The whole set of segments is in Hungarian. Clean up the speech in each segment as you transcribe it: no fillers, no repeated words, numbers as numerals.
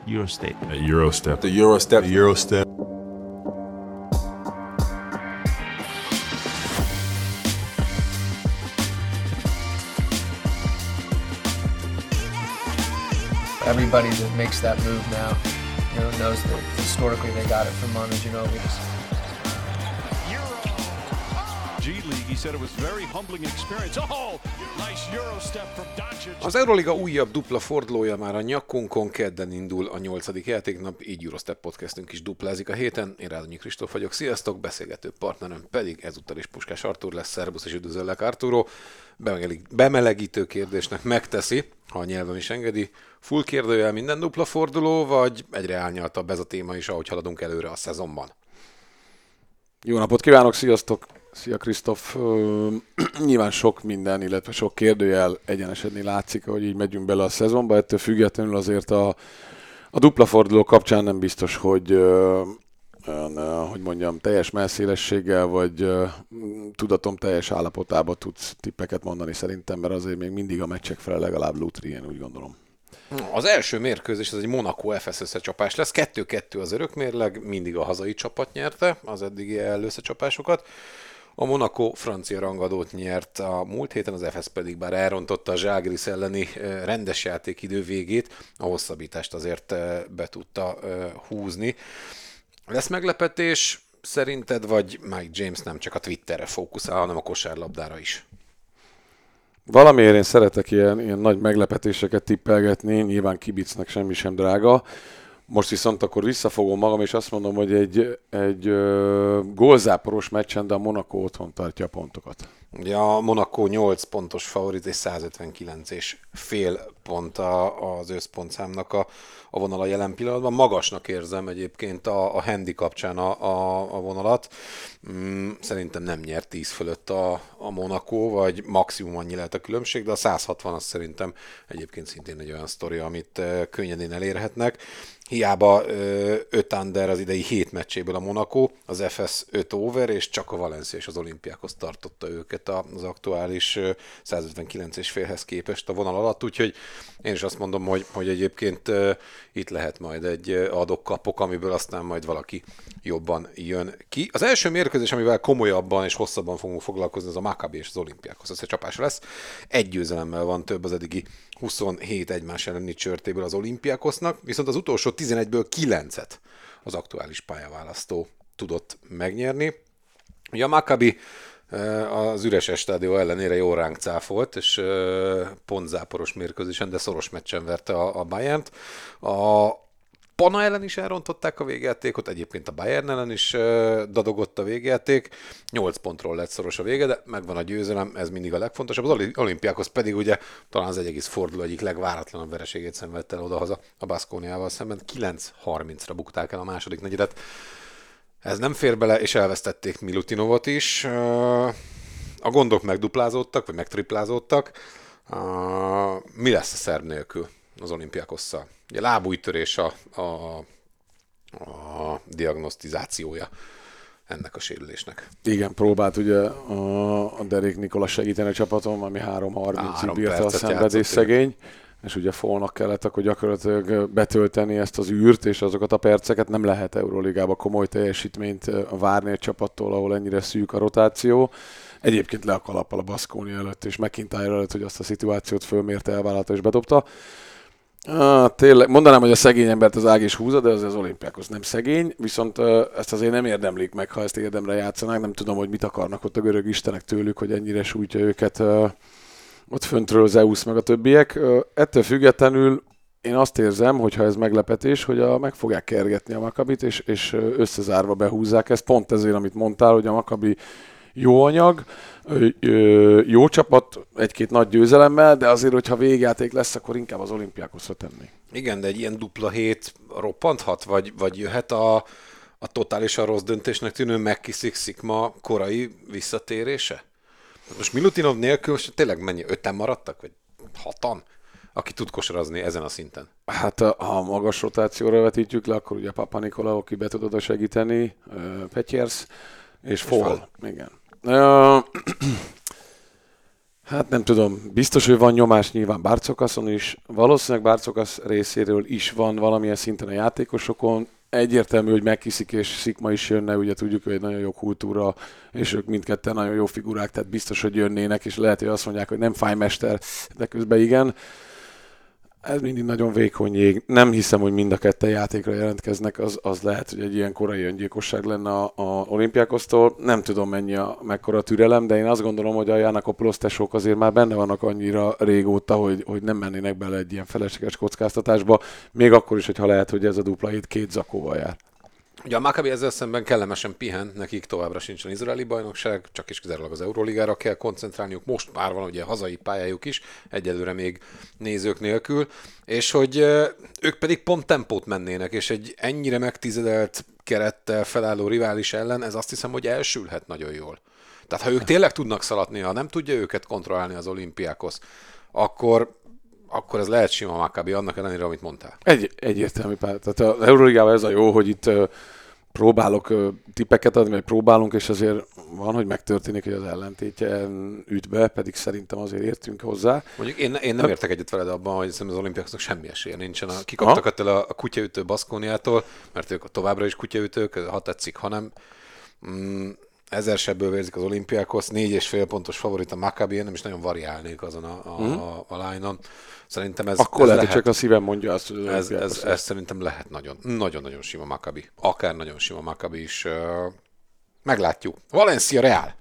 Eurostep. Eurostep. The Eurostep. The Eurostep. Everybody that makes that move now, knows that historically they got it from Manu Ginobili. G League, he said it was very humbling experience. Oh, nice Eurostep from Doncic. Az Euroliga újabb dupla fordulója már a nyakunkon, kedden indul a 8. játéknap, így Eurostep podcastünk is duplázik a héten. Én Rádonyi Kristóf vagyok, sziasztok, beszélgető partnerem pedig ezúttal is Puskás Artúr lesz, szervusz és üdvözöllek Artúró. Bemelegítő kérdésnek megteszi, ha a nyelvem is engedi. Full kérdőjel minden dupla forduló, vagy egyre árnyaltabb ez a téma is, ahogy haladunk előre a szezonban? Jó napot kívánok, sziasztok! Szia Kristóf! Nyilván sok minden, illetve sok kérdőjel egyenesedni látszik, hogy így megyünk bele a szezonba. Ettől függetlenül azért a dupla forduló kapcsán nem biztos, hogy teljes mellszélességgel, vagy tudatom teljes állapotában tudsz tippeket mondani szerintem, mert azért még mindig a meccsek fele legalább lutri, én úgy gondolom. Az első mérkőzés az egy Monaco FS összecsapás lesz, 2-2 az örökmérleg, mindig a hazai csapat nyerte az eddigi összecsapásokat. A Monaco francia rangadót nyert a múlt héten, az FS pedig bár elrontotta a Žalgiris elleni rendes játékidő végét, a hosszabbítást azért be tudta húzni. Lesz meglepetés szerinted, vagy Mike James nem csak a Twitterre fókuszál, hanem a kosárlabdára is? Valamiért én szeretek ilyen nagy meglepetéseket tippelgetni, nyilván kibicnek semmi sem drága. Most viszont akkor visszafogom magam, és azt mondom, hogy egy gólzáporos meccsen, de a Monaco otthon tartja a pontokat. Ugye a Monaco 8 pontos favorit és 159,5 pont az összpontszámnak a vonala jelen pillanatban. Magasnak érzem egyébként a handi kapcsán a vonalat. Szerintem nem nyert 10 fölött a Monaco, vagy maximum annyi lehet a különbség, de a 160 az szerintem egyébként szintén egy olyan sztori, amit könnyedén elérhetnek. Hiába 5 under az idei 7 meccséből a Monaco, az FS 5 over, és csak a Valencia és az Olympiákhoz tartotta őket az aktuális 159,5-hez képest a vonal alatt, úgyhogy én is azt mondom, hogy egyébként itt lehet majd egy adok-kapok, amiből aztán majd valaki jobban jön ki. Az első mérkőzés, amivel komolyabban és hosszabban fogunk foglalkozni, az a Maccabi és az Olympiákhoz összecsapás lesz. Egy győzelemmel van több az eddigi 27 egymás elleni csörtéből az Olympiákosznak, viszont az utolsó 11-ből 9-et az aktuális pályaválasztó tudott megnyerni. Ugye a Maccabi az üres stádió ellenére jól ránk cáfolt, és pontzáporos mérkőzésen, de szoros meccsen verte a Bayernt. A Pana ellen is elrontották a végjátékot, egyébként a Bayern ellen is dadogott a végjáték. 8 pontról lett szoros a vége, de megvan a győzelem, ez mindig a legfontosabb. Az Olympiákhoz pedig ugye talán az egész forduló egyik legváratlanabb vereségét szenvedte el odahaza a Baskoniával szemben. 9-30-ra bukták el a második negyedet. Ez nem fér bele, és elvesztették Milutinovot is. A gondok megduplázódtak, vagy megtriplázódtak. Mi lesz a szerb nélkül az Olympiákosszal? Ugye lábújtörés a diagnosztizációja ennek a sérülésnek. Igen, próbált ugye a Derek Nikola segíteni a csapaton, ami 3:30-ig bírta a szenvedés szegény, és ugye Fallnak kellett akkor gyakorlatilag betölteni ezt az űrt, és azokat a perceket nem lehet Euroligába komoly teljesítményt várni egy csapattól, ahol ennyire szűk a rotáció. Egyébként le a kalappal a Baskonia előtt, és McIntyre előtt, hogy azt a szituációt fölmérte, elvállalta és bedobta. Tényleg, mondanám, hogy a szegény embert az ág is húzza, de az Olympiákos nem szegény, viszont ezt azért nem érdemlik meg, ha ezt érdemre játszanak. Nem tudom, hogy mit akarnak ott a görög istenek tőlük, hogy ennyire sújtja őket ott föntről Zeus meg a többiek. Ettől függetlenül én azt érzem, hogy ha ez meglepetés, hogy meg fogják kergetni a Maccabit, és összezárva behúzzák ezt. Pont ezért, amit mondtál, hogy a Maccabi jó anyag, jó csapat, egy-két nagy győzelemmel, de azért, hogyha végjáték lesz, akkor inkább az Olympiákoszra tennék. Igen, de egy ilyen dupla hét roppanthat, vagy jöhet a totálisan rossz döntésnek tűnő Mekki-Szikma korai visszatérése? Most Milutinov nélkül most tényleg mennyi? 5-en maradtak? Vagy 6-an? Aki tud kosarazni ezen a szinten? Hát ha magas rotációra vetítjük le, akkor ugye Papa Nikola, aki be tud oda segíteni, Petyers és Fall. Igen. Hát nem tudom, biztos, hogy van nyomás nyilván Barcokaszon is, valószínűleg Barcokasz részéről is van valamilyen szinten a játékosokon, egyértelmű, hogy McKissick és Szikma is jönne, ugye tudjuk, hogy egy nagyon jó kultúra, és ők mindketten nagyon jó figurák, tehát biztos, hogy jönnének, és lehet, hogy azt mondják, hogy nem fájmester, de közben igen. Ez mindig nagyon vékony jég. Nem hiszem, hogy mind a ketten játékra jelentkeznek, az lehet, hogy egy ilyen korai öngyilkosság lenne a Olympiakosztól. Nem tudom mekkora a türelem, de én azt gondolom, hogy a Giannakopoulos tesók azért már benne vannak annyira régóta, hogy nem mennének bele egy ilyen felesleges kockáztatásba, még akkor is, hogyha lehet, hogy ez a dupla hét 2 zakóval jár. Ugye a Maccabi ezzel szemben kellemesen pihen, nekik továbbra sincsen izraeli bajnokság, csak is kizárólag az Euróligára kell koncentrálniuk, most már van ugye hazai pályájuk is, egyelőre még nézők nélkül, és hogy ők pedig pont tempót mennének, és egy ennyire megtizedelt kerettel felálló rivális ellen, ez azt hiszem, hogy elsülhet nagyon jól. Tehát ha ők tényleg tudnak szaladni, ha nem tudja őket kontrollálni az Olympiakos, akkor ez lehet sima Maccabi, annak ellenére, amit mondtál. Egyértelmű pár. Tehát az Euróligában ez a jó, hogy itt próbálok tippeket adni, vagy próbálunk, és azért van, hogy megtörténik, hogy az ellentétje üt be, pedig szerintem azért értünk hozzá. Mondjuk én nem értek egyet veled abban, hogy szerintem az Olimpiakosnak semmi esélye nincsen. Kikaptak ettől a kutyaütő Baszkóniától, mert ők továbbra is kutyaütők, ha tetszik, hanem 1000 sebből vérzik az Olympiakos, 4,5 pontos favorit a Maccabi, én nem is nagyon variálnék azon a line-on. Szerintem ez akkor lehet, hogy csak a szívem mondja azt, hogy ez szerintem lehet nagyon sima Maccabi. Akár nagyon sima Maccabi is. Meglátjuk. Valencia Real.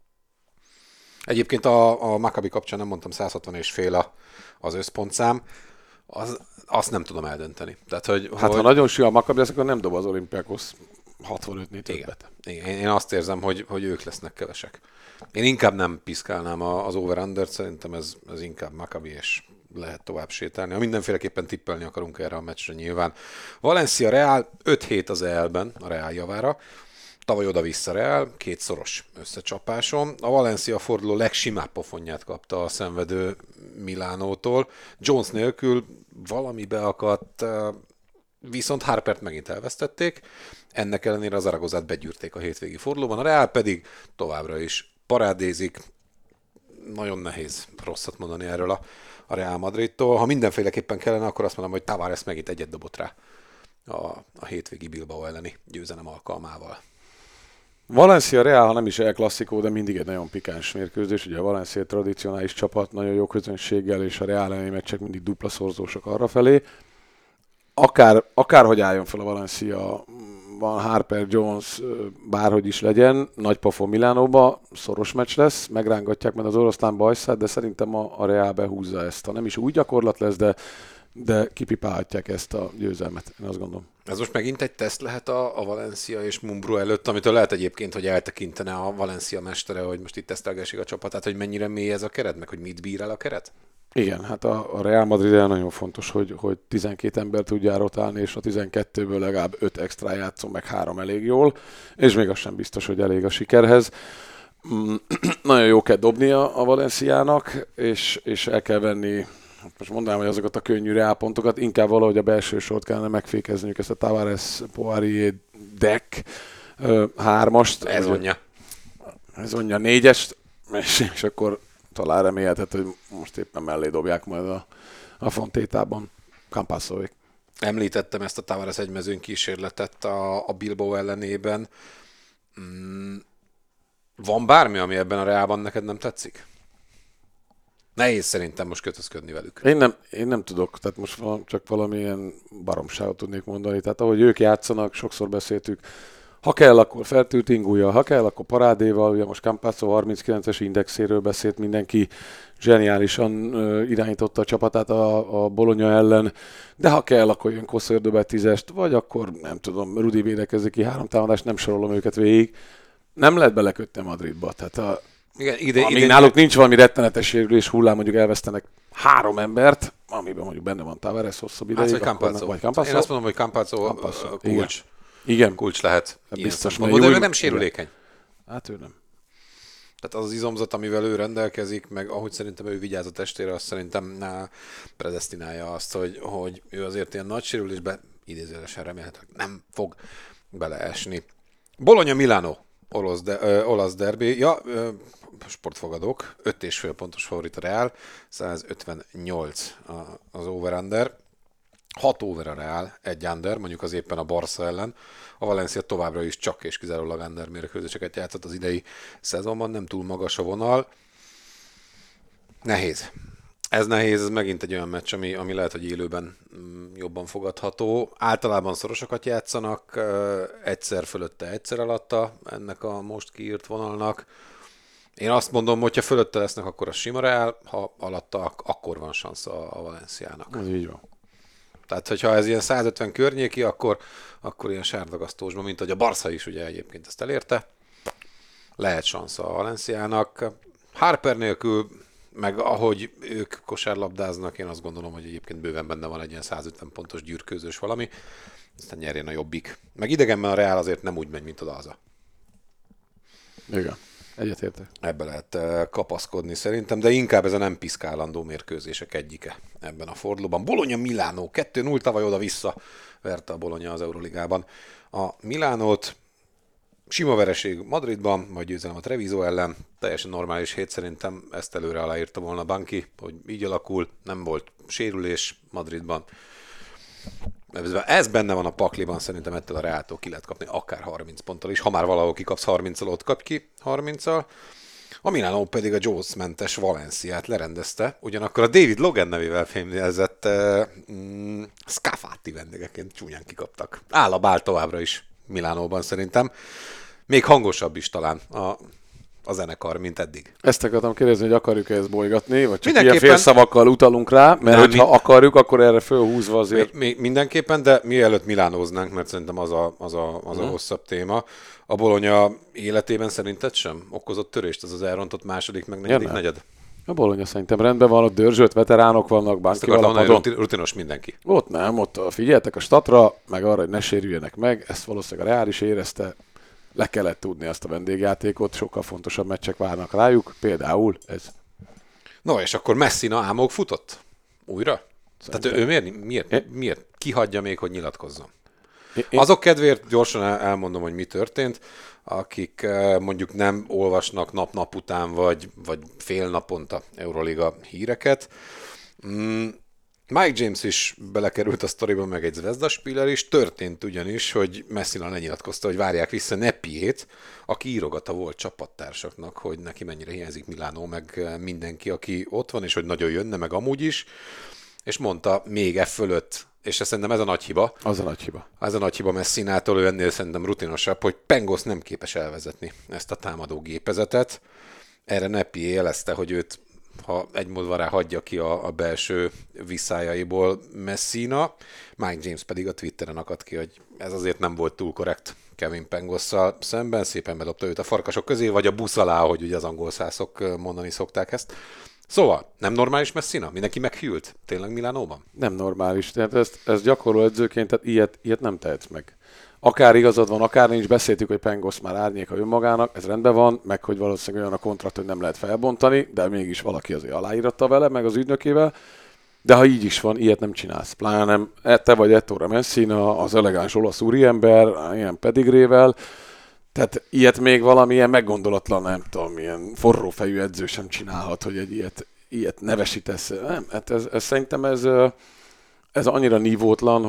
Egyébként a Maccabi kapcsán nem mondtam 160,5 az összpontszám. Azt nem tudom eldönteni. Tehát, ha nagyon sima a Maccabi, akkor nem dob az Olympiakos 65-nél többet. Igen. Én azt érzem, hogy ők lesznek kevesek. Én inkább nem piszkálnám az over-undert, szerintem ez inkább Maccabi, és lehet tovább sétálni. Ha mindenféleképpen tippelni akarunk erre a meccsre nyilván. Valencia Real 5-7 az EL-ben, a Real javára. Tavaly oda-vissza Real, 2 szoros összecsapáson. A Valencia forduló legsimább pofonját kapta a szenvedő Milánótól. Jones nélkül valami beakadt, viszont Harpert megint elvesztették. Ennek ellenére az Zaragozát begyűrték a hétvégi fordulóban. A Real pedig továbbra is parádézik. Nagyon nehéz rosszat mondani erről a Real Madridtól. Ha mindenféleképpen kellene, akkor azt mondom, hogy Tavares megint egyet dobott rá a hétvégi Bilbao elleni győzelem alkalmával. Valencia Real, ha nem is El Clásico, de mindig egy nagyon pikáns mérkőzés. Ugye a Valencia tradicionális csapat, nagyon jó közönséggel, és a Real elleni meccsek mindig dupla szorzósak arrafelé. Akárhogy álljon fel a Valencia, van Harper, Jones, bárhogy is legyen, nagy pofon Milánóba, szoros meccs lesz, megrángatják meg az oroszlán bajszát, de szerintem a Real behúzza ezt. Ha nem is új gyakorlat lesz, de kipipálhatják ezt a győzelmet, én azt gondolom. Ez most megint egy teszt lehet a Valencia és Mumbrú előtt, amitől lehet egyébként, hogy eltekintene a Valencia mestere, hogy most itt tesztelgessék a csapatát, hogy mennyire mély ez a keret, meg hogy mit bír el a keret? Igen, hát a Real Madrid nagyon fontos, hogy 12 ember tudja rotálni, és a 12-ből legalább 5 extra játszom, meg 3 elég jól, és még az sem biztos, hogy elég a sikerhez. Nagyon jó kell dobnia a Valenciának, és el kell venni, most mondanám, hogy azokat a könnyű Real pontokat, inkább valahogy a belső sort kellene megfékezniük, ezt a Tavares, Poirier, Deck 3-ast. Ez onja 4-est, és akkor talán remélhetett, hogy most éppen mellé dobják majd a Fontétában Campazzoék. Említettem ezt a Tavares egymezőny kísérletet a Bilbao ellenében. Van bármi, ami ebben a Reálban neked nem tetszik? Nehéz szerintem most kötözködni velük. Én nem tudok, tehát most csak valamilyen baromságot tudnék mondani. Tehát ahogy ők játszanak, sokszor beszéltük, ha kell, akkor Fertőt Ingújjal, ha kell, akkor Parádéval, ugye most Campazzo 39-es indexéről beszélt mindenki, zseniálisan irányította a csapatát a Bologna ellen, de ha kell, akkor jön Koszördöbe 10-est, vagy akkor nem tudom, Rudi védekezik ki 3 támadást, nem sorolom őket végig. Nem lehet belekötni a Madridba, tehát amíg náluk nincs valami rettenetes sérülés hullám, mondjuk elvesztenek 3 embert, amiben mondjuk benne van Tavares hosszabb ideig. Vagy Campazzo. Én azt mondom, hogy Campazzo kulcs. Igen. Kulcs lehet. Biztos, de ő nem sérülékeny. Hát ő nem. Tehát az izomzat, amivel ő rendelkezik, meg ahogy szerintem ő vigyáz a testére, azt szerintem predesztinálja azt, hogy ő azért ilyen nagy sérülésbe idézőjelesen remélhetőleg nem fog beleesni. Bologna Milánó. olasz derbi. Ja, sportfogadók, 5,5 pontos favorit a Real, 158 az over-under. 6 over a Real, 1 under, mondjuk az éppen a Barca ellen. A Valencia továbbra is csak és kizárólag under mérkőzéseket játszott az idei szezonban, nem túl magas a vonal. Nehéz. Ez nehéz, ez megint egy olyan meccs, ami lehet, hogy élőben jobban fogadható. Általában szorosokat játszanak, egyszer fölötte, egyszer alatta ennek a most kiírt vonalnak. Én azt mondom, hogy ha fölötte lesznek, akkor a sima Real, ha alatta, akkor van szansz a Valenciának. Ez így van. Tehát, hogyha ez ilyen 150 környéki, akkor ilyen sárdagasztósban, mint hogy a Barca is ugye egyébként ezt elérte. Lehet szansz a Valenciának. Harper nélkül, meg ahogy ők kosárlabdáznak, én azt gondolom, hogy egyébként bőven benne van egy ilyen 150 pontos gyűrkőzős valami. Aztán nyerjen a jobbik. Meg idegenben a Real azért nem úgy megy, mint oda-haza. Igen. Egyetértek. Ebbe lehet kapaszkodni szerintem, de inkább ez a nem piszkálandó mérkőzések egyike ebben a fordulóban. Bologna-Milánó 2-0, tavaly oda-vissza verte a Bologna az Euroligában. A Milánót sima vereség Madridban, majd győzelem a Treviso ellen, teljesen normális hét, szerintem ezt előre aláírta volna Banki, hogy így alakul, nem volt sérülés Madridban. Ez benne van a pakliban, szerintem ettől a Reáltól ki lehet kapni akár 30 ponttal is. Ha már valahol kikapsz 30-al, ott kap ki 30-al. A Milánó pedig a Jones-mentes Valenciát lerendezte, ugyanakkor a David Logan nevével fémjelzett Scafati vendégeként csúnyán kikaptak. Áll továbbra is Milánóban szerintem. Még hangosabb is talán a zenekar, mint eddig. Ezt akartam kérdezni, hogy akarjuk-e ezt bolygatni, vagy csak ilyen félszavakkal utalunk rá, mert hogyha akarjuk, akkor erre fölhúzva azért... Mindenképpen, de mielőtt milánóznánk, mert szerintem az a hosszabb téma. A Bologna életében szerinted sem okozott törést az elrontott második, meg negyedik negyed? A Bologna szerintem rendben van, ott dörzsölt veteránok vannak, Banki alapadon. Rutinos mindenki. Ott nem, ott figyeltek a statra, meg arra, hogy ne sérüljenek meg, ezt valószínűleg a Real is érezte. Le kellett tudni azt a vendégjátékot, sokkal fontosabb meccsek várnak rájuk, például ez. No, és akkor Messina álmok futott? Újra? Szerintem. Tehát ő miért? Kihagyja még, hogy nyilatkozzon? Azok kedvéért gyorsan elmondom, hogy mi történt, akik mondjuk nem olvasnak nap-nap után, vagy fél naponta Euroliga híreket. Mike James is belekerült a sztoriba, meg egy Zvezda spieler is. Történt ugyanis, hogy Messina lenyilatkozta, hogy várják vissza Nepiét, aki írogatta volt csapattársaknak, hogy neki mennyire hiányzik Milánó, meg mindenki, aki ott van, és hogy nagyon jönne, meg amúgy is. És mondta még fölött, és szerintem ez a nagy hiba. Az a nagy hiba. Ez a nagy hiba Messinától, ő ennél szerintem rutinosabb, hogy Pengos nem képes elvezetni ezt a támadó gépezetet. Erre Nepi jelezte, hogy őt, ha egy módon hagyja ki a belső visszájaiból Messina. Mike James pedig a Twitteren akadt ki, hogy ez azért nem volt túl korrekt Kevin Pengosszal szemben, szépen bedobta őt a farkasok közé, vagy a busz alá, hogy ugye az angol szászok mondani szokták ezt. Szóval, nem normális Messina? Mindenki meghűlt? Tényleg Milánóban? Nem normális. Tehát ezt gyakorló edzőként, tehát ilyet nem tehetsz meg. Akár igazad van, akár nincs, beszéltük, hogy Pengos már árnyéka önmagának, ez rendben van, meg hogy valószínűleg olyan a kontrakt, hogy nem lehet felbontani, de mégis valaki azért aláíratta vele, meg az ügynökével. De ha így is van, ilyet nem csinálsz. Pláne nem te vagy Ettore Messina, az elegáns olasz úriember, ilyen pedigrével. Tehát ilyet még valamilyen meggondolatlan, nem tudom, ilyen forrófejű edző sem csinálhat, hogy egy ilyet nevesítesz. Nem, hát ez szerintem ez annyira nívótlan,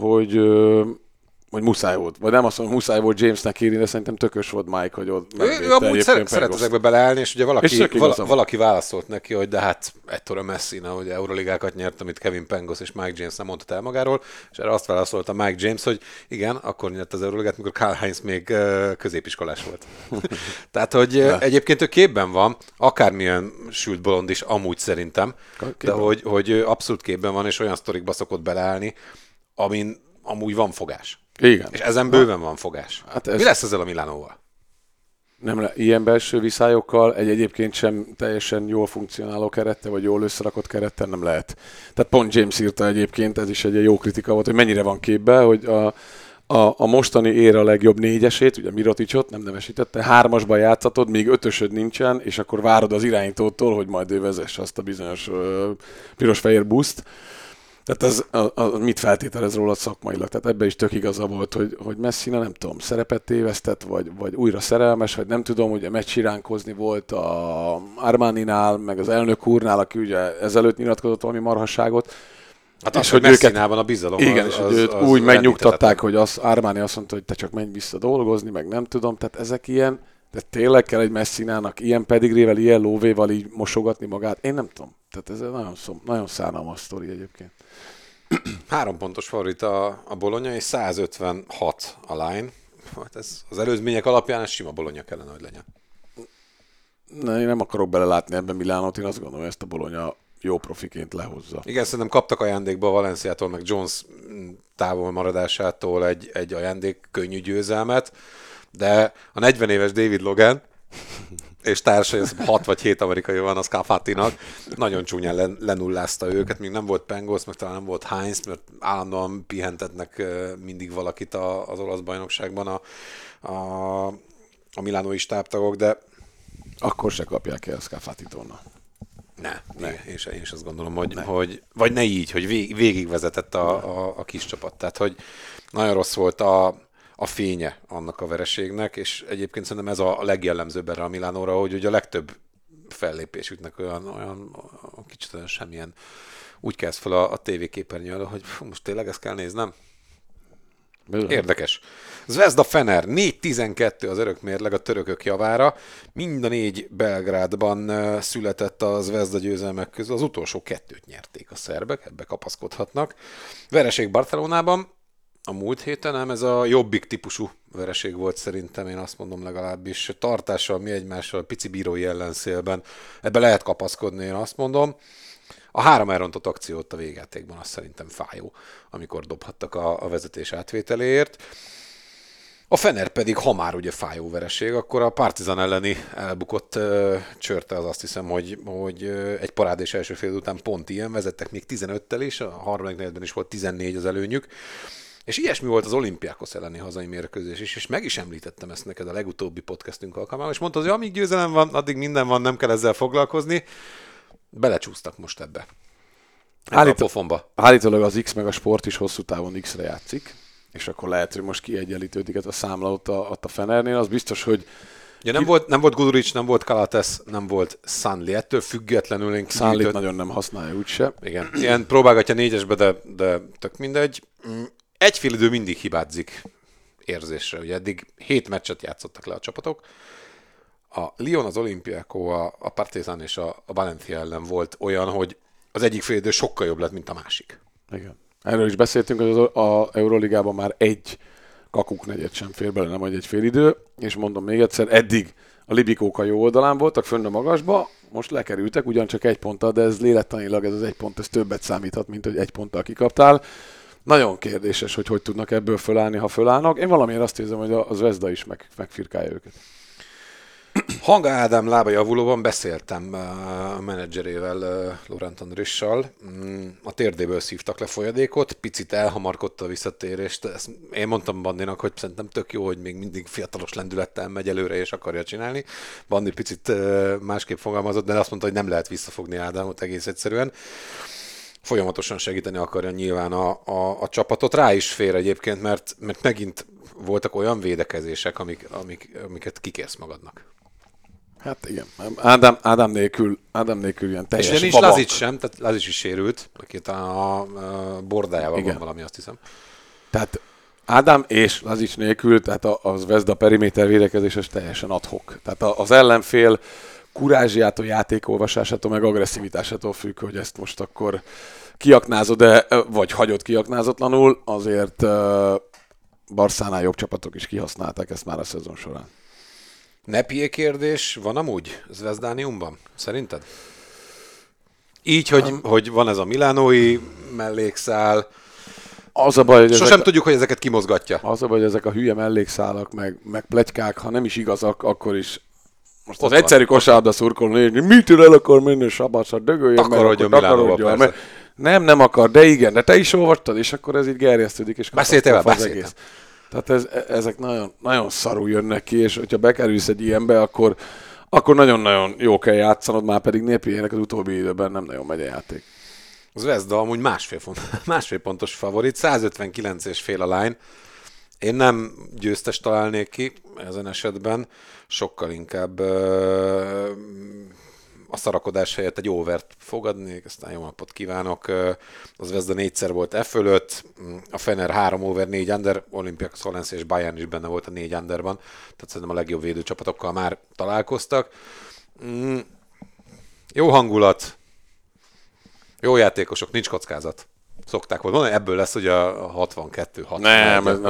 hogy muszáj volt. Vagy nem azt mondom, muszáj volt Jamesnek írni, de szerintem tökös volt Mike, hogy ott ő amúgy szeret ezekbe beleállni, és ugye valaki válaszolt neki, hogy de hát Ettore Messina, hogy Euroligákat nyert, amit Kevin Pengos és Mike James nem mondta el magáról, és erre azt válaszolta Mike James, hogy igen, akkor nyert az Euroligát, mikor Karl-Heinz még középiskolás volt. Tehát, hogy egyébként ő képben van, akármilyen sült bolond is amúgy szerintem, de hogy abszolút képben van, és olyan sztorikba szokott beleállni, amin amúgy van fogás. Igen. És ezen bőven van fogás. Hát mi lesz ezzel a Milánóval? Nem, ilyen belső viszályokkal egyébként sem teljesen jól funkcionáló kerettel, vagy jól összerakott kerettel nem lehet. Tehát pont James írta egyébként, ez is egy jó kritika volt, hogy mennyire van képben, hogy a mostani éra legjobb négyesét, ugye Miroticsot nem nevesítette, 3-asban játszatod, még 5-ösöd nincsen, és akkor várod az irányítótól, hogy majd ő vezesse azt a bizonyos piros-fehér buszt. Tehát az mit feltételez róla szakmailag? Tehát ebben is tök igaza volt, hogy Messina, nem tudom, szerepet tévesztett, vagy újra szerelmes, vagy nem tudom, ugye meccsiránkozni volt a Armaninál, meg az elnök úrnál, aki ugye ezelőtt nyilatkozott valami marhasságot. Hát az, hogy Messinában a bizalom. Igen, és hogy őt úgy megnyugtatták, hogy Armani azt mondta, hogy te csak menj vissza dolgozni, meg nem tudom, tehát ezek ilyen, de tényleg kell egy Messinának ilyen pedigrével, ilyen lóvéval így mosogatni magát? Én nem tudom. Tehát ez nagyon szánalmas sztori egyébként. 3 pontos favorit a Bologna, és 156 a line. Hát ez az előzmények alapján ez sima Bologna kellene, hogy legyen. Én nem akarok belelátni ebben Milánót, én azt gondolom, hogy ezt a Bologna jó profiként lehozza. Igen, szerintem kaptak ajándékba a Valenciától, meg Jones távol maradásától egy ajándék könnyű győzelmet, de a 40 éves David Logan és társai, 6 vagy 7 amerikai van a Scafatinak, nagyon csúnyán lenullázta őket, még nem volt Pengos, meg talán nem volt Heinz, mert állandóan pihentetnek mindig valakit az olasz bajnokságban a milánói stábtagok, de akkor se kapják el a Scafatitól. Ne. Én is azt gondolom, hogy vagy ne így, hogy végigvezetett a kis csapat. Tehát, hogy nagyon rossz volt a fénye annak a vereségnek, és egyébként szerintem ez a legjellemzőbb erre a Milánóra, hogy a legtöbb fellépésüknek olyan kicsit olyan semmilyen úgy kezd fel a tévéképernyőre, hogy most tényleg ezt kell néznem? Érdekes. Zvezda Fener 4-12 az örökmérleg a törökök javára. Mind a 4 Belgrádban született a Zvezda győzelmek közül. Az utolsó 2-t nyerték a szerbek, ebbe kapaszkodhatnak. Vereség Barcelonában a múlt héten, nem ez a jobbik típusú vereség volt szerintem, én azt mondom legalábbis. Tartással, mi egymással, pici bírói ellenszélben. Ebbe lehet kapaszkodni, én azt mondom. A 3 elrontott akciót a végjátékban az szerintem fájó, amikor dobhattak a vezetés átvételéért. A Fener pedig, ha már ugye fájó vereség, akkor a Partizan elleni elbukott csörte az azt hiszem, hogy egy parádés első fél után pont ilyen, vezettek még 15-tel is, a harmadik negyedben is volt 14 az előnyük. És ilyesmi volt az Olympiakos elleni hazai mérkőzés is, és meg is említettem ezt neked a legutóbbi podcastünk alkalmával, és mondtad, hogy amíg győzelem van, addig minden van, nem kell ezzel foglalkozni. Belecsúsztak most ebbe. Állítólag az X meg a Sport is hosszú távon X-re játszik, és akkor lehet, hogy most kiegyenlítődik ez a számla ott a Fenernél. Az biztos, hogy... Ja, nem volt Guduric, nem volt Kalates, nem volt Sanli. Ettől függetlenül én Sanlit nagyon nem használja úgyse. Igen, ilyen próbálgatja 4-esbe, de tök mindegy. Egy fél idő mindig hibázik érzésre. Ugye eddig 7 meccset játszottak le a csapatok. A Lyon, az Olympiakó, a Partizan és a Valencia ellen volt olyan, hogy az egyik fél idő sokkal jobb lett, mint a másik. Igen. Erről is beszéltünk, hogy az Euroligában már egy kakuk negyed sem fér bele, nem egy fél idő, és mondom még egyszer, eddig a libikók a jó oldalán voltak, fönn a magasba, most lekerültek, ugyancsak 1 ponttal, de ez lélektanilag ez az 1 pont, ez többet számíthat, mint hogy 1 ponttal kikaptál. Nagyon kérdéses, hogy tudnak ebből fölállni, ha fölállnak. Én valamiért azt érzem, hogy a Zvezda is megfirkálja őket. Hanga Ádám lábajavulóban beszéltem a menedzserével, Laurent Andrissal. A térdéből szívtak le folyadékot, picit elhamarkodta a visszatérést. Ezt én mondtam Bandinak, hogy szerintem tök jó, hogy még mindig fiatalos lendülettel megy előre és akarja csinálni. Bandi picit másképp fogalmazott, de azt mondta, hogy nem lehet visszafogni Ádámot egész egyszerűen. Folyamatosan segíteni akarja nyilván a csapatot. Rá is fér egyébként, mert megint voltak olyan védekezések, amiket kikérsz magadnak. Hát igen, Ádám nélkül ilyen teljes és nincs Lazic sem, tehát Lazic is sérült, aki a bordájával van valami, azt hiszem. Tehát Ádám és Lazic nélkül, tehát a Zvezda periméter védekezéses teljesen ad hoc. Tehát az ellenfél kurázsiától, játékolvasásától, meg agresszivitásától függ, hogy ezt most akkor kiaknázod-e, vagy hagyod kiaknázatlanul, azért Barszánál jobb csapatok is kihasználták ezt már a szezon során. Nepié kérdés van amúgy Zvezdániumban, szerinted? Így, hogy van ez a milánói mellékszál. Az a baj, hogy sosem tudjuk, hogy ezeket kimozgatja. Az a baj, hogy ezek a hülye mellékszálak, meg pletykák, ha nem is igazak, akkor is most az egyszerű kosárlabda szurkoló, hogy mitől el akar menni Sabac, dögöljön, takarodjon Milánóba, persze. Nem akar, de igen, de te is olvastad, és akkor ez így gerjesztődik, és beszéltél az egész. Tehát ezek nagyon, nagyon szarul jönnek ki, és hogyha bekerülsz egy ilyenbe, akkor nagyon-nagyon jó kell játszanod, már pedig Népiének az utóbbi időben nem nagyon megy a játék. Zvezda amúgy másfél pontos favorit, 159,5 a line. Én nem győztes találnék ki ezen esetben, sokkal inkább a szarakodás helyett egy overt fogadnék, aztán jó napot kívánok. Az Zvezda 4-szer volt fölött, a Fener 3 over, 4 under, Olympiakos, Valencia és Bayern is benne volt a 4 underban, tehát szerintem a legjobb védőcsapatokkal már találkoztak. Jó hangulat, jó játékosok, nincs kockázat. Szokták volt mondani, ebből lesz ugye a 62-60. Nem, ez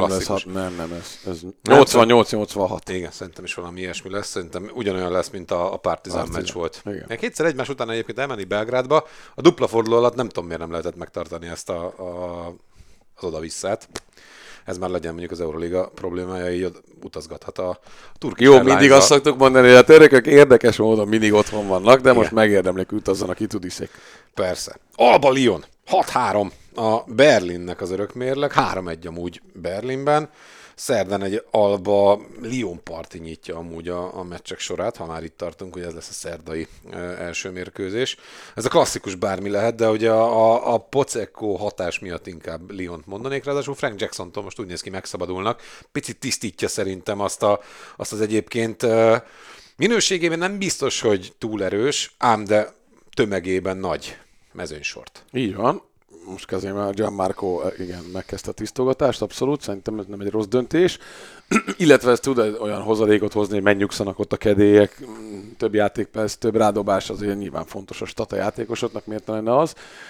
88-86. Igen, szerintem is valami ilyesmi lesz. Szerintem ugyanolyan lesz, mint a Partizan meccs volt. Igen. Kétszer egymás után egyébként elmenni Belgrádba. A dupla forduló alatt nem tudom, miért nem lehetett megtartani ezt az oda-visszát. Ez már legyen mondjuk az Euroliga problémája, így utazgathat a Turkish Airlines-a. Jó, mindig azt szoktuk mondani, hogy a törökök érdekes módon mindig otthon vannak, de most megérdemlik, utazzanak ki Tudiszek. Persze. Alba Lyon, 6-3 a Berlinnek az örökmérleg, 3-1 amúgy Berlinben. Szerdán egy Alba Lyon parti nyitja amúgy a meccsek sorát, ha már itt tartunk, hogy ez lesz a szerdai első mérkőzés. Ez a klasszikus bármi lehet, de ugye a Poczekko hatás miatt inkább Lyont mondanék, ráadásul Frank Jacksontól most úgy néz ki, megszabadulnak. Picit tisztítja szerintem azt az egyébként minőségében nem biztos, hogy túl erős, ám de tömegében nagy mezőnysort. Így van. Most kezdjem el, Gianmarco igen, megkezdte a tisztogatást, abszolút, szerintem ez nem egy rossz döntés. Illetve ez tud olyan hozadékot hozni, hogy megnyugszanak ott a kedélyek, több játékperc, több rádobás, azért nyilván fontos a stata játékosoknak, miért ne lenne az.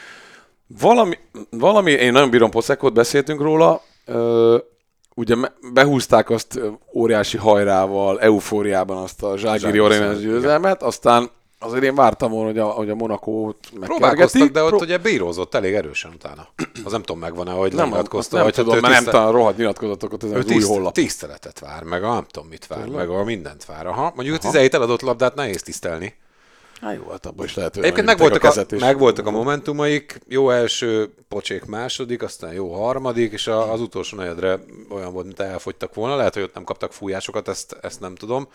Valami én nagyon bírom Pocekkót, beszéltünk róla, ugye behúzták azt óriási hajrával, eufóriában azt a Zságiri Orénes győzelmet, aztán azért én vártam volna, hogy a Monakót megkergeti. Próbálkoztak, de ott ugye bírózott elég erősen utána. Az nem tudom, megvan-e, hogy lenyilatkozta. Nem tudom, mert nem talán rohadt nyilatkozatokat ezen az új honlap. Tiszteletet vár, meg nem tudom mit vár, meg a mindent vár. Aha. Mondjuk a 17 eladott labdát nehéz tisztelni. Hát jó, hát abban is lehet, hogy egyébként megvoltak a momentumaik, jó első, Pocsék második, aztán jó harmadik, és az utolsó negyedre olyan volt, mint elfogytak volna. Lehet, hogy ott nem kaptak fújásokat, ezt nem tudom.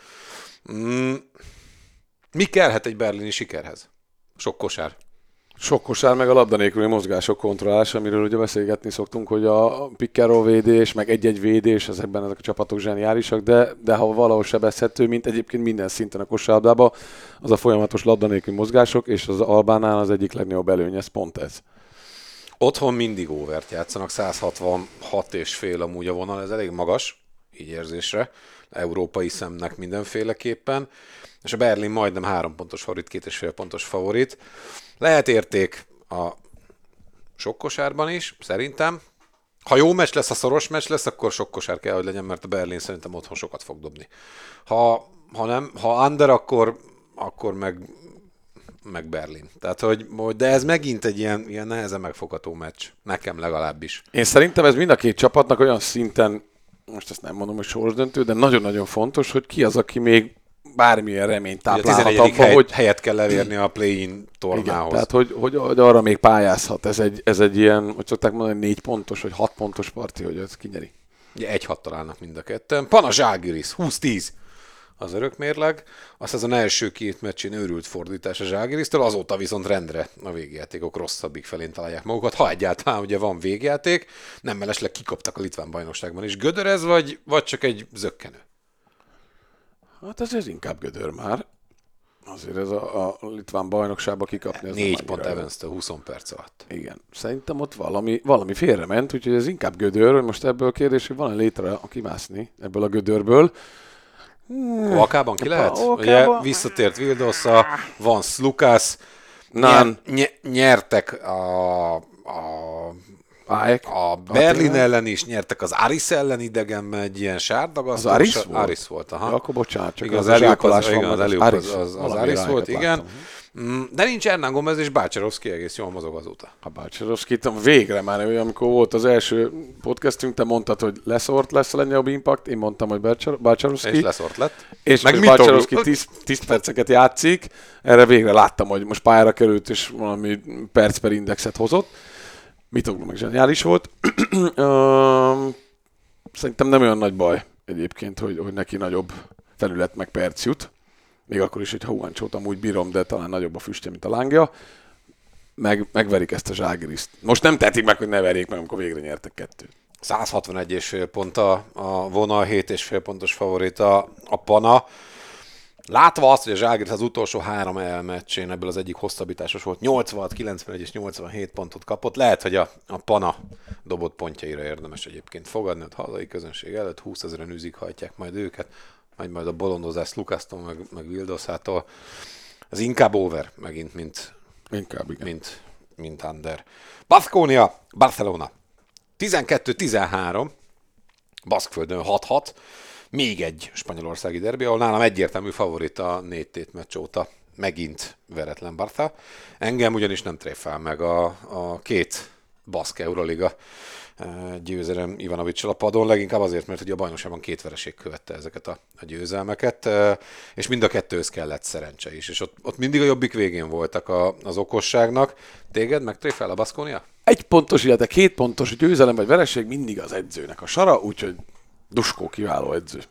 Mi kellhet egy berlini sikerhez? Sok kosár. Sok kosár, meg a labda nélküli mozgások kontrollálása, amiről ugye beszélgetni szoktunk, hogy a pick-and-roll védés, meg egy-egy védés, ezek a csapatok zseniálisak, de ha valahol sebezhető, mint egyébként minden szinten a kosárlabdában, az a folyamatos labda nélküli mozgások, és az Albánál az egyik legnagyobb előny, ez pont ez. Otthon mindig overt játszanak, 166,5 amúgy a vonal, ez elég magas, így érzésre, európai szemnek mindenféleképpen. És a Berlin majdnem 3 pontos favorit, 2,5 pontos favorit. Lehet érték a sok kosárban is, szerintem. Ha jó meccs lesz, ha szoros meccs lesz, akkor sok kosár kell, hogy legyen, mert a Berlin szerintem otthon sokat fog dobni. Ha under, akkor meg Berlin. Tehát, de ez megint egy ilyen nehezen megfogható meccs. Nekem legalábbis. Én szerintem ez mind a két csapatnak olyan szinten, most ezt nem mondom, hogy sorsdöntő, de nagyon-nagyon fontos, hogy ki az, aki még bármilyen reményt táplálhat abban, hogy helyet kell elérni a play-in tornához. Igen, tehát, hogy arra még pályázhat. Ez egy ilyen, hogy szokták mondani, 4 pontos vagy 6 pontos parti, hogy ez kinyeri. Ugye 1-6 találnak mind a ketten. Pana Zságiris, 20-10 az örökmérleg. Azt az első 2 meccsén őrült fordítás a Zságirisztől, azóta viszont rendre a végjátékok rosszabbik felén találják magukat. Ha egyáltalán ugye van végjáték, nem mellesleg kikaptak a litván bajnokságban is. Gödör ez, vagy csak egy zökkenő? Hát ez inkább gödör már. Azért ez a litván bajnokságba kikapni. Ez 4 pont Evans-től 20 perc alatt. Igen. Szerintem ott valami félrement, úgyhogy ez inkább gödör, hogy most ebből a kérdés, hogy van-e létre kimászni ebből a gödörből. Oakában ki lehet? Ugye visszatért Vildosa, van Slukas, nyertek a Berlin ellen is, nyertek az Aris ellen idegenben egy ilyen sárdagasztó. Az Aris volt, aha. Akkor bocsánat, csak igen, az Aris volt, igen. De nincs Hernán Gomez és Bácsarovszki egész jól mozog azóta. A Bácsarovszkit végre már, amikor volt az első podcastünk, te mondtad, hogy leszort lesz a legnagyobb impact, én mondtam, hogy Bácsarovszki. És leszort lett. És meg Bácsarovszki 10 perceket játszik, erre végre láttam, hogy most pályára került, és valami perc per indexet hozott. Mitoglu meg zseniális volt. Szerintem nem olyan nagy baj egyébként, hogy neki nagyobb felület meg perc jut. Még akkor is, hogy Juancsót amúgy bírom, de talán nagyobb a füstje, mint a lángja. megverik ezt a Žalgiriszt. Most nem tehetik meg, hogy ne verjék meg, amikor végre nyertek 2. 161,5 pont a vonal, 7,5 pontos favorit a Pana. Látva azt, hogy a Žalgiris az utolsó 3 elmeccsén, ebből az egyik hosszabbításos volt, 86, 91 és 87 pontot kapott. Lehet, hogy a Pana dobott pontjaira érdemes egyébként fogadni, a hazai közönség előtt 20 000-en üzighajtják majd őket, majd a bolondozás Lukasztól, meg Vildosától. Az inkább over megint, mint under. Baskonia, Barcelona. 12-13, Baszkföldön 6-6, még egy spanyolországi derbi, ahol nálam egyértelmű favorit a 4 tét meccs óta, megint veretlen Barca. Engem ugyanis nem tréfál meg a 2 baszk Euroliga győzelem Ivanovics-sal a padon, leginkább azért, mert ugye a bajnokságban 2 vereség követte ezeket a győzelmeket, és mind a kettőhöz kellett szerencse is, és ott mindig a jobbik végén voltak az okosságnak. Téged megtréfál a Baskonia? 1 pontos, illetve 2 pontos győzelem vagy vereség mindig az edzőnek a sara, úgyhogy Duskó kiváló edző.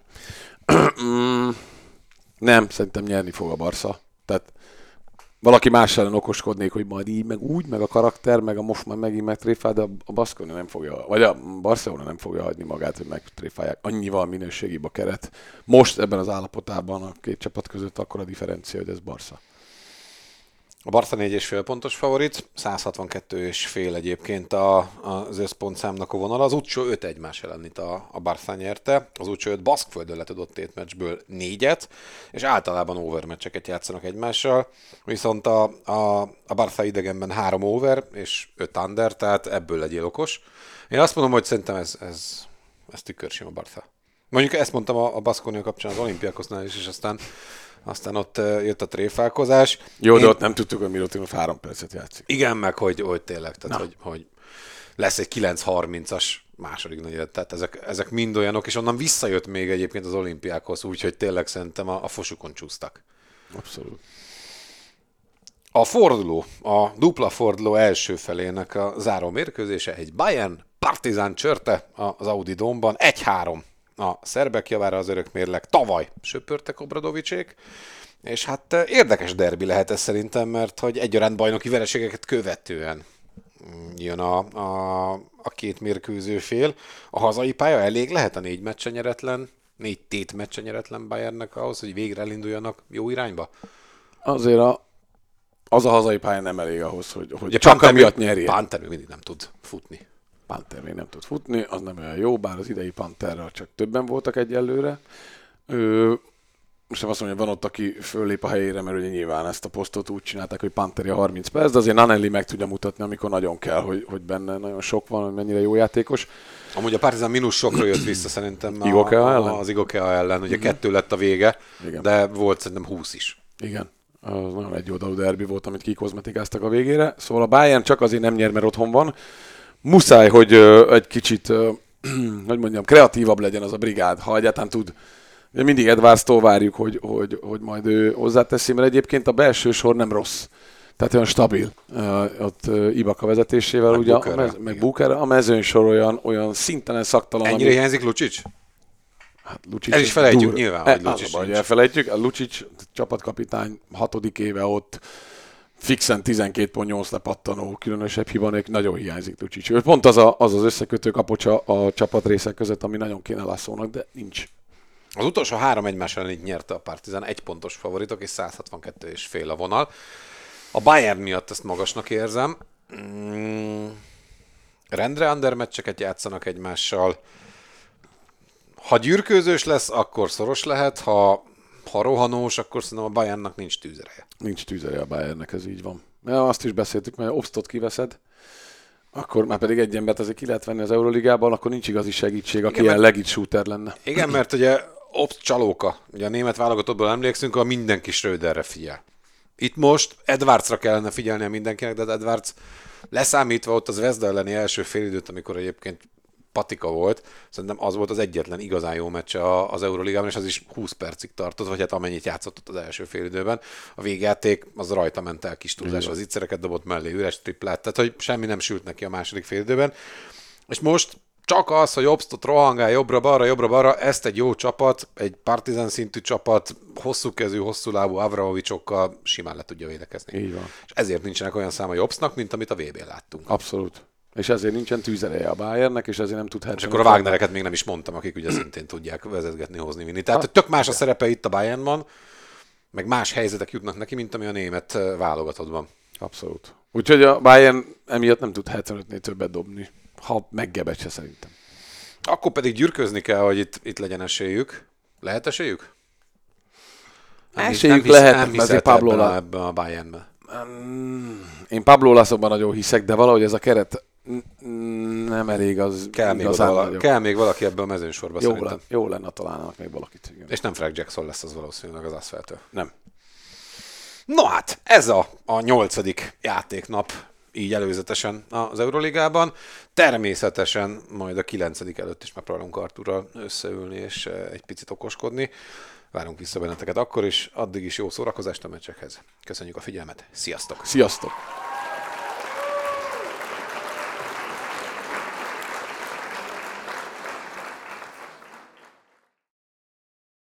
Nem, szerintem nyerni fog a Barca. Tehát valaki más ellen okoskodnék, hogy majd így, meg úgy, meg a karakter, meg a most már megint megtréfál, de a Baskonia nem fogja, vagy a Barcelona nem fogja hagyni magát, hogy megtréfálják. Annyival minőségibb a keret. Most ebben az állapotában a 2 csapat között akkor a differencia, hogy ez Barca. A Barca 4,5 pontos favorit, 162,5 egyébként az összpontszámnak a vonala. Az utcsó 5 egymás ellen itt a Barca nyerte. Az utcsó 5 Baszkföldön letudott 2 meccsből 4-et, és általában overmeccseket játszanak egymássel. Viszont a Barca idegenben 3 over és 5 under, tehát ebből legyél okos. Én azt mondom, hogy szerintem ez tükörsima Barca. Mondjuk ezt mondtam a Baskonia kapcsán az Olimpiakosnál is, és aztán ott jött a tréfálkozás. Jó, de ott nem tudtuk, hogy Milutinov 3 percet játszik. Igen, meg hogy tényleg, tehát hogy lesz egy 9:30-as második negyed, tehát ezek mind olyanok, és onnan visszajött még egyébként az Olimpiákhoz, úgyhogy tényleg szerintem a fosukon csúsztak. Abszolút. A dupla forduló első felének a záró mérkőzése egy Bayern Partizan csörte az Audi Dome-ban, 1-3. A szerbek javára az örök mérleg tavaly söpörtek Obradovicsék, és hát érdekes derbi lehet ez szerintem, mert hogy egyaránt bajnoki vereségeket követően jön a 2 mérkőző fél. A hazai pálya elég lehet a 4 meccsen nyeretlen, 4 tét meccsen nyeretlen Bayernnek ahhoz, hogy végre elinduljanak jó irányba? Azért az a hazai pálya nem elég ahhoz, hogy csak amiatt nyerje. Panther mindig nem tud futni. Panther még nem tud futni, az nem olyan jó, bár az idei Pantherrel csak többen voltak egyelőre. Most nem azt mondom, hogy van ott, aki föllép a helyére, mert ugye nyilván ezt a posztot úgy csinálták, hogy Pantherja 30 perc, de azért Nanelli meg tudja mutatni, amikor nagyon kell, hogy benne nagyon sok van, hogy mennyire jó játékos. Amúgy a Partizan mínusz sokra jött vissza szerintem az Igokea ellen. Ugye 2 lett a vége, igen. De volt szerintem 20 is. Igen. Az nagyon egyoldalú derbi volt, amit kikozmetikáztak a végére. Szóval a Bayern csak azért nem nyer, mert otthon van. Muszáj, hogy egy kicsit, hogy mondjam, kreatívabb legyen az a brigád, ha egyáltalán tud. Mindig Edwardstól várjuk, hogy majd ő hozzáteszi, mert egyébként a belső sor nem rossz. Tehát olyan stabil. Ott Ibaka vezetésével, meg ugye, meg Booker, a mezőny sor olyan szintelen szaktalan. Ennyire hiányzik Lucic? Hát Lucic el is felejtjük nyilván, hogy Lucic nincs. Elfelejtjük, a Lucic csapatkapitány 6. éve ott, fixen 12.8 lepattanó, különösebb hiba nélkül, nagyon hiányzik Lucic. Pont az összekötő kapocs a csapatrészek között, ami nagyon kéne Lászlónak, de nincs. Az utolsó 3 egymás ellen így nyerte a Partizan, 1 pontos favoritok és 162,5 a vonal. A Bayern miatt ezt magasnak érzem. Rendre under meccseket játszanak egymással. Ha gyűrkőzős lesz, akkor szoros lehet, ha rohanós, akkor szerintem a Bayernnak nincs tűzereje. Nincs tűzereje a Bayernnek, ez így van. Ja, azt is beszéltük, mert Obstot kiveszed, akkor már pedig egy embert azért ki lehet venni az Euroligában, akkor nincs igazi segítség, aki ilyen legit shooter lenne. Igen, mert ugye Obst csalóka, ugye a német válogatottból emlékszünk, ahol mindenki Schröderre figyel. Itt most Edwardsra kellene figyelnie mindenkinek, de Edwards leszámítva ott az Zvezda elleni első félidőt, amikor egyébként patika volt, szerintem az volt az egyetlen igazán jó meccse az Euroligában, és az is 20 percig tartott, vagy hát amennyit játszott ott az első félidőben. A végjáték az rajta ment el kis túlzás, az ittszereket dobott mellé, üres triplát, tehát hogy semmi nem sült neki a második félidőben. És most csak az, hogy Obstot rohangál jobbra-balra, ezt egy jó csapat, egy Partizan szintű csapat, hosszú kezű, hosszú lábú Avramovicsokkal simán le tudja védekezni. Így van. És ezért nincsenek olyan számai Obstnak, mint amit a VB-n láttunk. Abszolút. És ezért nincsen tűzereje a Bayernnek, és ezért nem tud És akkor a Wagnereket még nem is mondtam, akik ugye szintén tudják vezetgetni, hozni, vinni. Tehát tök más a szerepe itt a Bayernban, meg más helyzetek jutnak neki, mint ami a német válogatottban. Abszolút. Úgyhogy a Bayern emiatt nem tud 75-nél többet dobni, ha meggebet se szerintem. Akkor pedig gyürközni kell, hogy itt legyen esélyük. Lehet esélyük? Esélyük lehet, azért Pablo ebben a Bayernben. Én Pablo Lasszóban nagyon hiszek, de valahogy ez a keret nem elég az kell még valaki ebben a mezőnysorban szerintem. Jó lenne találnának még valakit. Igen. És nem Frank Jackson lesz az valószínűleg az Asfeltől. Nem. No hát, ez a 8. játéknap így előzetesen az Euroligában. Természetesen majd a 9. előtt is megpróbálunk Arturral összeülni és egy picit okoskodni. Várunk vissza benneteket akkor is, addig is jó szórakozást a meccsekhez. Köszönjük a figyelmet, sziasztok! Sziasztok!